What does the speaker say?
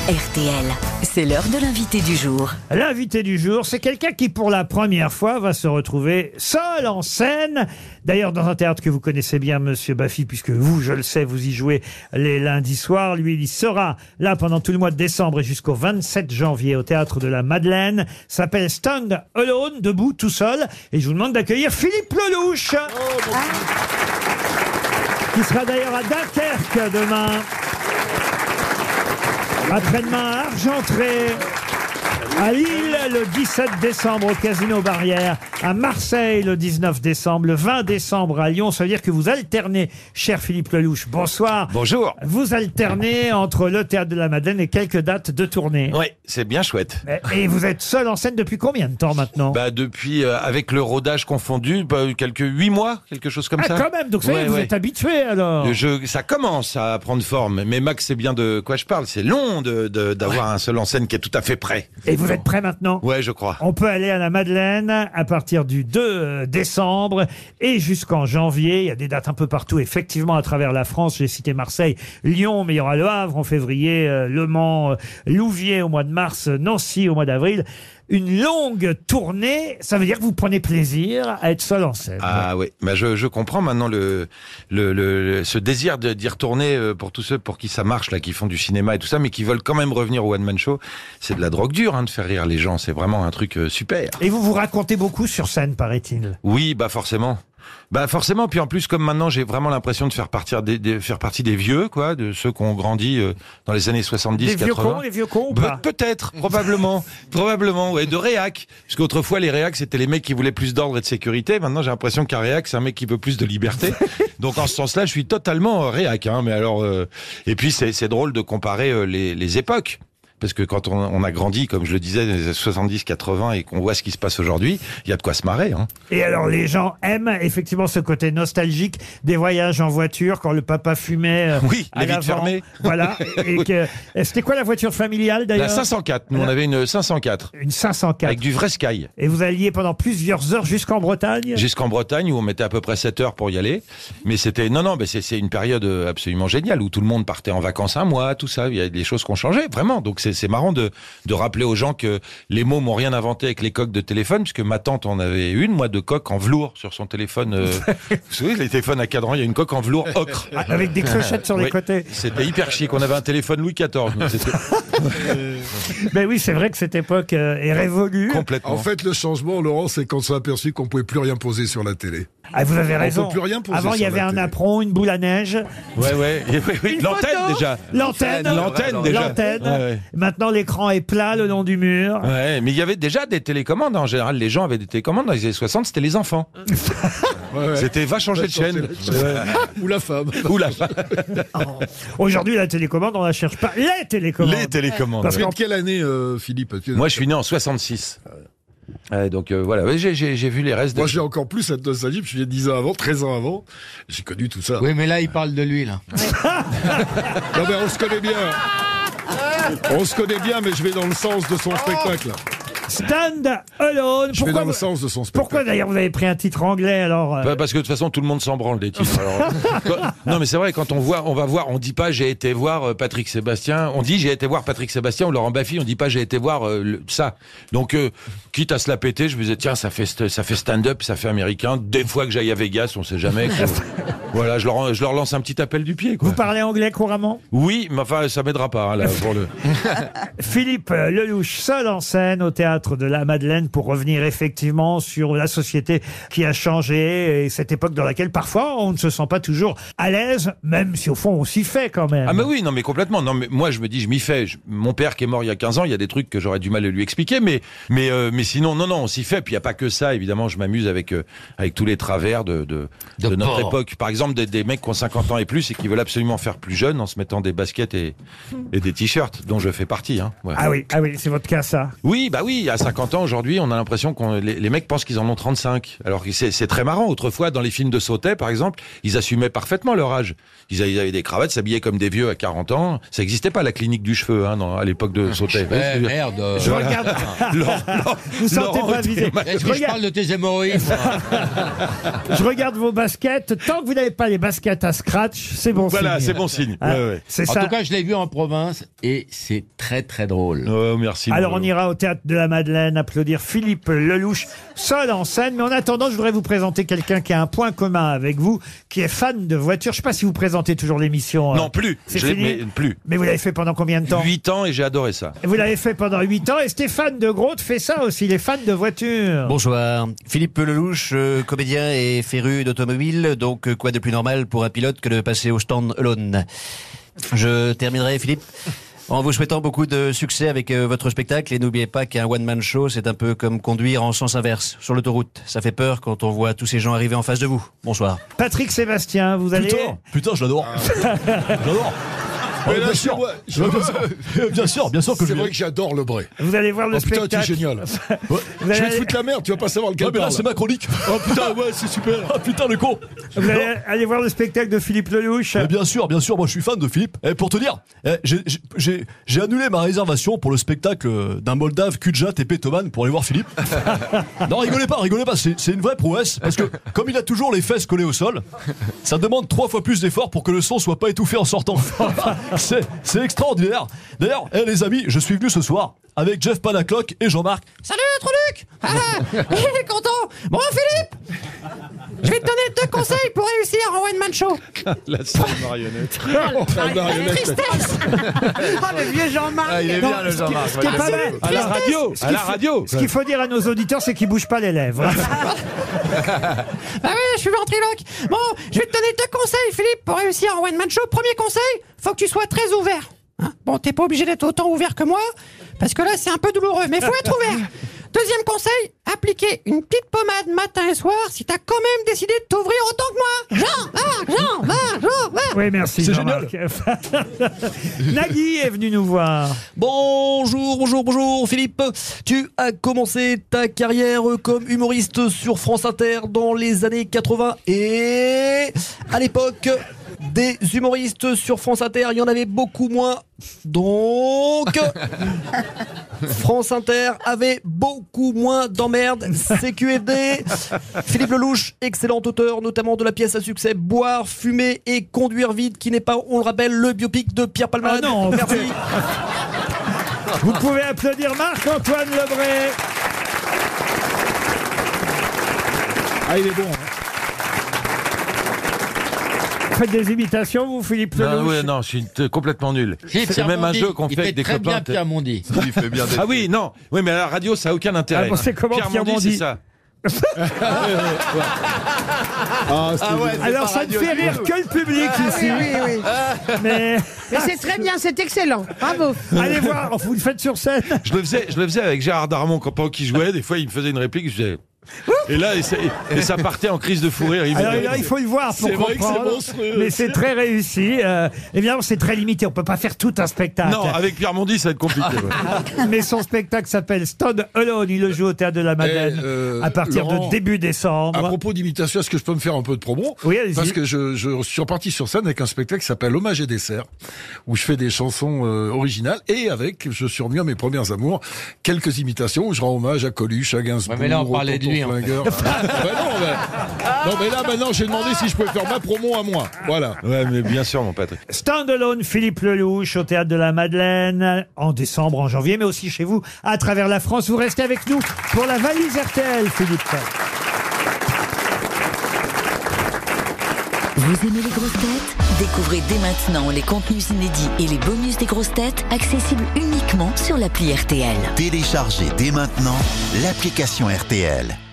RTL, c'est l'heure de l'invité du jour. L'invité du jour, c'est quelqu'un qui pour la première fois va se retrouver seul en scène. D'ailleurs, dans un théâtre que vous connaissez bien, Monsieur Baffy, puisque vous, je le sais, vous y jouez les lundis soirs. Lui, il sera là pendant tout le mois de décembre et jusqu'au 27 janvier au Théâtre de la Madeleine. S'appelle Stand Alone, debout, tout seul. Et je vous demande d'accueillir Philippe Lelouch. Qui sera d'ailleurs à Dunkerque demain. Après-demain à Argentré, à Lille le 17 décembre au Casino Barrière, à Marseille le 19 décembre, le 20 décembre à Lyon. Ça veut dire que vous alternez, cher Philippe Lelouch. Bonsoir. Bonjour. Vous alternez entre le Théâtre de la Madeleine et quelques dates de tournée. Oui, c'est bien chouette. Et vous êtes seul en scène depuis combien de temps maintenant? Depuis, avec le rodage confondu, quelques 8 mois, quelque chose comme ça. Quand même, donc ça y est, vous êtes habitué alors. Ça commence à prendre forme, mais Max sait bien de quoi je parle. C'est long d'avoir un seul en scène qui est tout à fait prêt. Et vous êtes prêt maintenant? Ouais, je crois. On peut aller à la Madeleine à partir du 2 décembre et jusqu'en janvier. Il y a des dates un peu partout, effectivement, à travers la France. J'ai cité Marseille, Lyon, mais il y aura Le Havre en février, Le Mans, Louviers au mois de mars, Nancy au mois d'avril. Une longue tournée, ça veut dire que vous prenez plaisir à être seul en scène. Ah oui, je comprends maintenant ce désir d'y retourner pour tous ceux pour qui ça marche, là, qui font du cinéma et tout ça, mais qui veulent quand même revenir au one-man show. C'est de la drogue dure, de faire rire les gens. C'est vraiment un truc super. Et vous vous racontez beaucoup sur scène, paraît-il. Oui, forcément. Forcément, puis en plus, comme maintenant, j'ai vraiment l'impression de faire partie des vieux, quoi, de ceux qui ont grandi dans les années 70, 80. Les vieux cons ou pas? Peut-être, probablement, ouais, de réac. Parce qu'autrefois, les réacs, c'était les mecs qui voulaient plus d'ordre et de sécurité. Maintenant, j'ai l'impression qu'un réac, c'est un mec qui veut plus de liberté. Donc, en ce sens-là, je suis totalement réac, mais alors, et puis, c'est drôle de comparer les époques. Parce que quand on a grandi, comme je le disais, dans les années 70, 80 et qu'on voit ce qui se passe aujourd'hui, il y a de quoi se marrer. Et alors, les gens aiment effectivement ce côté nostalgique des voyages en voiture quand le papa fumait. Oui, à les vitres fermées. Voilà. C'était quoi la voiture familiale d'ailleurs? La 504. Nous, on avait une 504. Une 504. Avec du vrai Sky. Et vous alliez pendant plusieurs heures jusqu'en Bretagne? Jusqu'en Bretagne, où on mettait à peu près 7 heures pour y aller. Mais c'était, c'est une période absolument géniale où tout le monde partait en vacances un mois, tout ça. Il y a des choses qui ont changé, vraiment. Donc, c'est marrant de rappeler aux gens que les mômes n'ont rien inventé avec les coques de téléphone, puisque ma tante en avait une, de coque en velours sur son téléphone. Vous savez, les téléphones à cadran, il y a une coque en velours ocre. Avec des clochettes sur les côtés. C'était hyper chic. On avait un téléphone Louis XIV. Mais oui, c'est vrai que cette époque est révolue. Complètement. En fait, le changement, Laurent, c'est quand on s'est aperçu qu'on pouvait plus rien poser sur la télé. Ah, vous avez raison. On peut plus rien poser. Avant, il y avait un apron, une boule à neige. Ouais. L'antenne, déjà. L'antenne, déjà. L'antenne. Ouais. Maintenant, l'écran est plat le long du mur. Ouais, mais il y avait déjà des télécommandes. En général, les gens avaient des télécommandes. Dans les années 60, c'était les enfants. C'était va changer de chaîne. Ou la femme. Aujourd'hui, la télécommande, on la cherche pas. Les télécommandes. Les télécommandes. Parce qu'en quelle année, Philippe? Moi, je suis né en 66. Donc voilà, j'ai vu les restes. Moi, j'ai encore plus cette nostalgie. Je suis né 10 ans avant, 13 ans avant. J'ai connu tout ça. Oui, mais là, il parle de lui, là. Non, mais on se connaît bien. On se connaît bien, mais je vais dans le sens de son spectacle. Stand Alone. Je vais dans le sens de son spectacle. Pourquoi d'ailleurs vous avez pris un titre anglais alors Parce que de toute façon tout le monde s'en branle des titres. Non mais c'est vrai, quand on dit pas j'ai été voir Patrick Sébastien, on dit j'ai été voir Patrick Sébastien ou Laurent Baffy, on dit pas j'ai été voir ça. Donc quitte à se la péter, je me disais tiens ça fait stand-up, ça fait américain. Des fois que j'aille à Vegas, on sait jamais. Voilà, je leur lance un petit appel du pied. Quoi. Vous parlez anglais couramment? Oui, mais enfin ça m'aidera pas là pour le. Philippe Lelouch, seul en scène au Théâtre de la Madeleine pour revenir effectivement sur la société qui a changé et cette époque dans laquelle parfois on ne se sent pas toujours à l'aise, même si au fond on s'y fait quand même. Ah mais oui, non mais complètement. Non mais moi je me dis je m'y fais. Mon père qui est mort il y a 15 ans, il y a des trucs que j'aurais du mal à lui expliquer, mais sinon non on s'y fait. Puis il y a pas que ça évidemment. Je m'amuse avec tous les travers de notre époque. Par exemple des mecs qui ont 50 ans et plus et qui veulent absolument faire plus jeune en se mettant des baskets et des t-shirts dont je fais partie. Ouais. Ah oui, c'est votre cas ça. Oui, à 50 ans aujourd'hui, on a l'impression que les mecs pensent qu'ils en ont 35. Alors que c'est très marrant. Autrefois, dans les films de Sautet, par exemple, ils assumaient parfaitement leur âge. Ils avaient des cravates, s'habillaient comme des vieux à 40 ans. Ça n'existait pas la clinique du cheveu à l'époque de Sautet. Merde. Je regarde. Vous sentez pas visé. Est-ce que je parle de tes hémorroïdes? Je regarde vos baskets. Tant que vous n'avez pas les baskets à scratch, c'est bon Voilà, signe. c'est bon signe. Hein, Ouais, ouais. c'est En ça. tout cas, je l'ai vu en province et c'est très très drôle. Oh, merci. Alors mon on ira au Théâtre de la Madeleine applaudir Philippe Lelouch, seul en scène. Mais en attendant, je voudrais vous présenter quelqu'un qui a un point commun avec vous, qui est fan de voitures. Je ne sais pas si vous présentez toujours l'émission. Non, plus. C'est Je l'ai- fini. mais plus. Mais vous l'avez fait pendant combien de temps 8 ans et j'ai adoré ça. Vous l'avez fait pendant 8 ans. Et Stéphane de Groot fait ça aussi, les fans de voitures. Bonsoir. Philippe Lelouch, comédien et féru d'automobile, donc quoi de plus normal pour un pilote que de passer au stand alone. Je terminerai, Philippe, en vous souhaitant beaucoup de succès avec votre spectacle, et n'oubliez pas qu'un one-man show, c'est un peu comme conduire en sens inverse sur l'autoroute. Ça fait peur quand on voit tous ces gens arriver en face de vous. Bonsoir. Patrick Sébastien, vous allez... Putain, je l'adore. J'adore. Mais là, bien c'est sûr. moi, Bien sûr que c'est je vrai que j'adore le Bray. Vous allez voir le Oh putain, t'es spectacle. génial. Vous Je vais allez, te foutre la merde, tu vas pas savoir lequel Ouais, mais là, parle. c'est ma chronique. Oh putain, ouais, c'est super. Ah putain, le con. vous allez aller voir le spectacle de Philippe Lelouch. Mais bien sûr, moi je suis fan de Philippe. Et pour te dire, j'ai annulé ma réservation pour le spectacle d'un Moldave, Kudjat et Petoman pour aller voir Philippe. Non, rigolez pas, c'est une vraie prouesse. Parce que comme il a toujours les fesses collées au sol, ça demande 3 fois plus d'efforts pour que le son soit pas étouffé en sortant. C'est extraordinaire. D'ailleurs, les amis, je suis venu ce soir avec Jeff Panaclock et Jean-Marc. Salut Troluc. Il est content. Bon Philippe, je vais te donner 2 conseils pour réussir en one-man show. La seule marionnette. La tristesse. Oh le vieux Jean-Marc. il est bien le Jean-Marc. Ce qui est pas mal. À la radio. À la radio. Ce qu'il faut dire à nos auditeurs, c'est qu'ils bougent pas les lèvres. Ah oui, je suis ventriloque. Bon, je vais te donner 2 conseils Philippe pour réussir en one-man show. Premier conseil, faut que tu sois très ouvert. Hein, bon, t'es pas obligé d'être autant ouvert que moi, parce que là c'est un peu douloureux, mais faut être ouvert. Deuxième conseil, appliquer une petite pommade matin et soir si t'as quand même décidé de t'ouvrir autant que moi. Jean. Oui, merci. C'est Jean-Marc. Nagui est venu nous voir. Bonjour Philippe. Tu as commencé ta carrière comme humoriste sur France Inter dans les années 80 et à l'époque des humoristes sur France Inter, il y en avait beaucoup moins. Donc France Inter avait beaucoup moins d'emmerdes. CQFD. Philippe Lelouch, excellent auteur notamment de la pièce à succès Boire, fumer et conduire vite, qui n'est pas, on le rappelle, le biopic de Pierre Palmade. Ah non, merci. Vous pouvez applaudir Marc-Antoine Lebré. Ah, il est bon. Hein. Faites des imitations, vous, Philippe Lelouch? Non, ouais, non, je suis complètement nul. Philippe C'est même un Pierre jeu qu'on Mondi, fait avec des il fait très bien copains. Pierre Mondi. Il fait bien Ah oui, non. Oui, mais à la radio, ça n'a aucun intérêt. Ah bon, c'est comment Pierre Mondi c'est ça. Ah, c'est Alors, ça ne fait rire que le public ici. Oui. Mais Mais c'est très bien, c'est excellent. Bravo. allez voir, vous le faites sur scène. Je le faisais avec Gérard Darmon quand pendant qu'il jouait. Des fois, il me faisait une réplique. Je faisais. Et là, et ça partait en crise de fou rire. Alors là, il faut le voir pour C'est vrai que c'est comprendre. monstrueux. Mais c'est très réussi. Évidemment, c'est très limité. On peut pas faire tout un spectacle. Non, avec Pierre Mondi, ça va être compliqué. ouais. Mais son spectacle s'appelle Stand Alone. Il le joue au Théâtre de la Madeleine à partir Laurent, de début À décembre. propos d'imitation, est-ce que je peux me faire un peu de promo? Oui, allez-y. Parce que je suis reparti sur scène avec un spectacle qui s'appelle Hommage et dessert, où je fais des chansons originales, et je suis revenu à mes premières amours, quelques imitations où je rends hommage à Coluche, à Gainsbourg, Ouais, mais là, on au parlait de Tonton lui, en fait. Flingueur. Non, mais là, maintenant, j'ai demandé si je pouvais faire ma promo à moi. Voilà. Ouais, mais bien sûr, mon Patrick. Stand Alone, Philippe Lelouch au Théâtre de la Madeleine en décembre, en janvier, mais aussi chez vous à travers la France. Vous restez avec nous pour la valise RTL, Philippe. Vous aimez les grosses têtes? Découvrez dès maintenant les contenus inédits et les bonus des grosses têtes accessibles uniquement sur l'appli RTL. Téléchargez dès maintenant l'application RTL.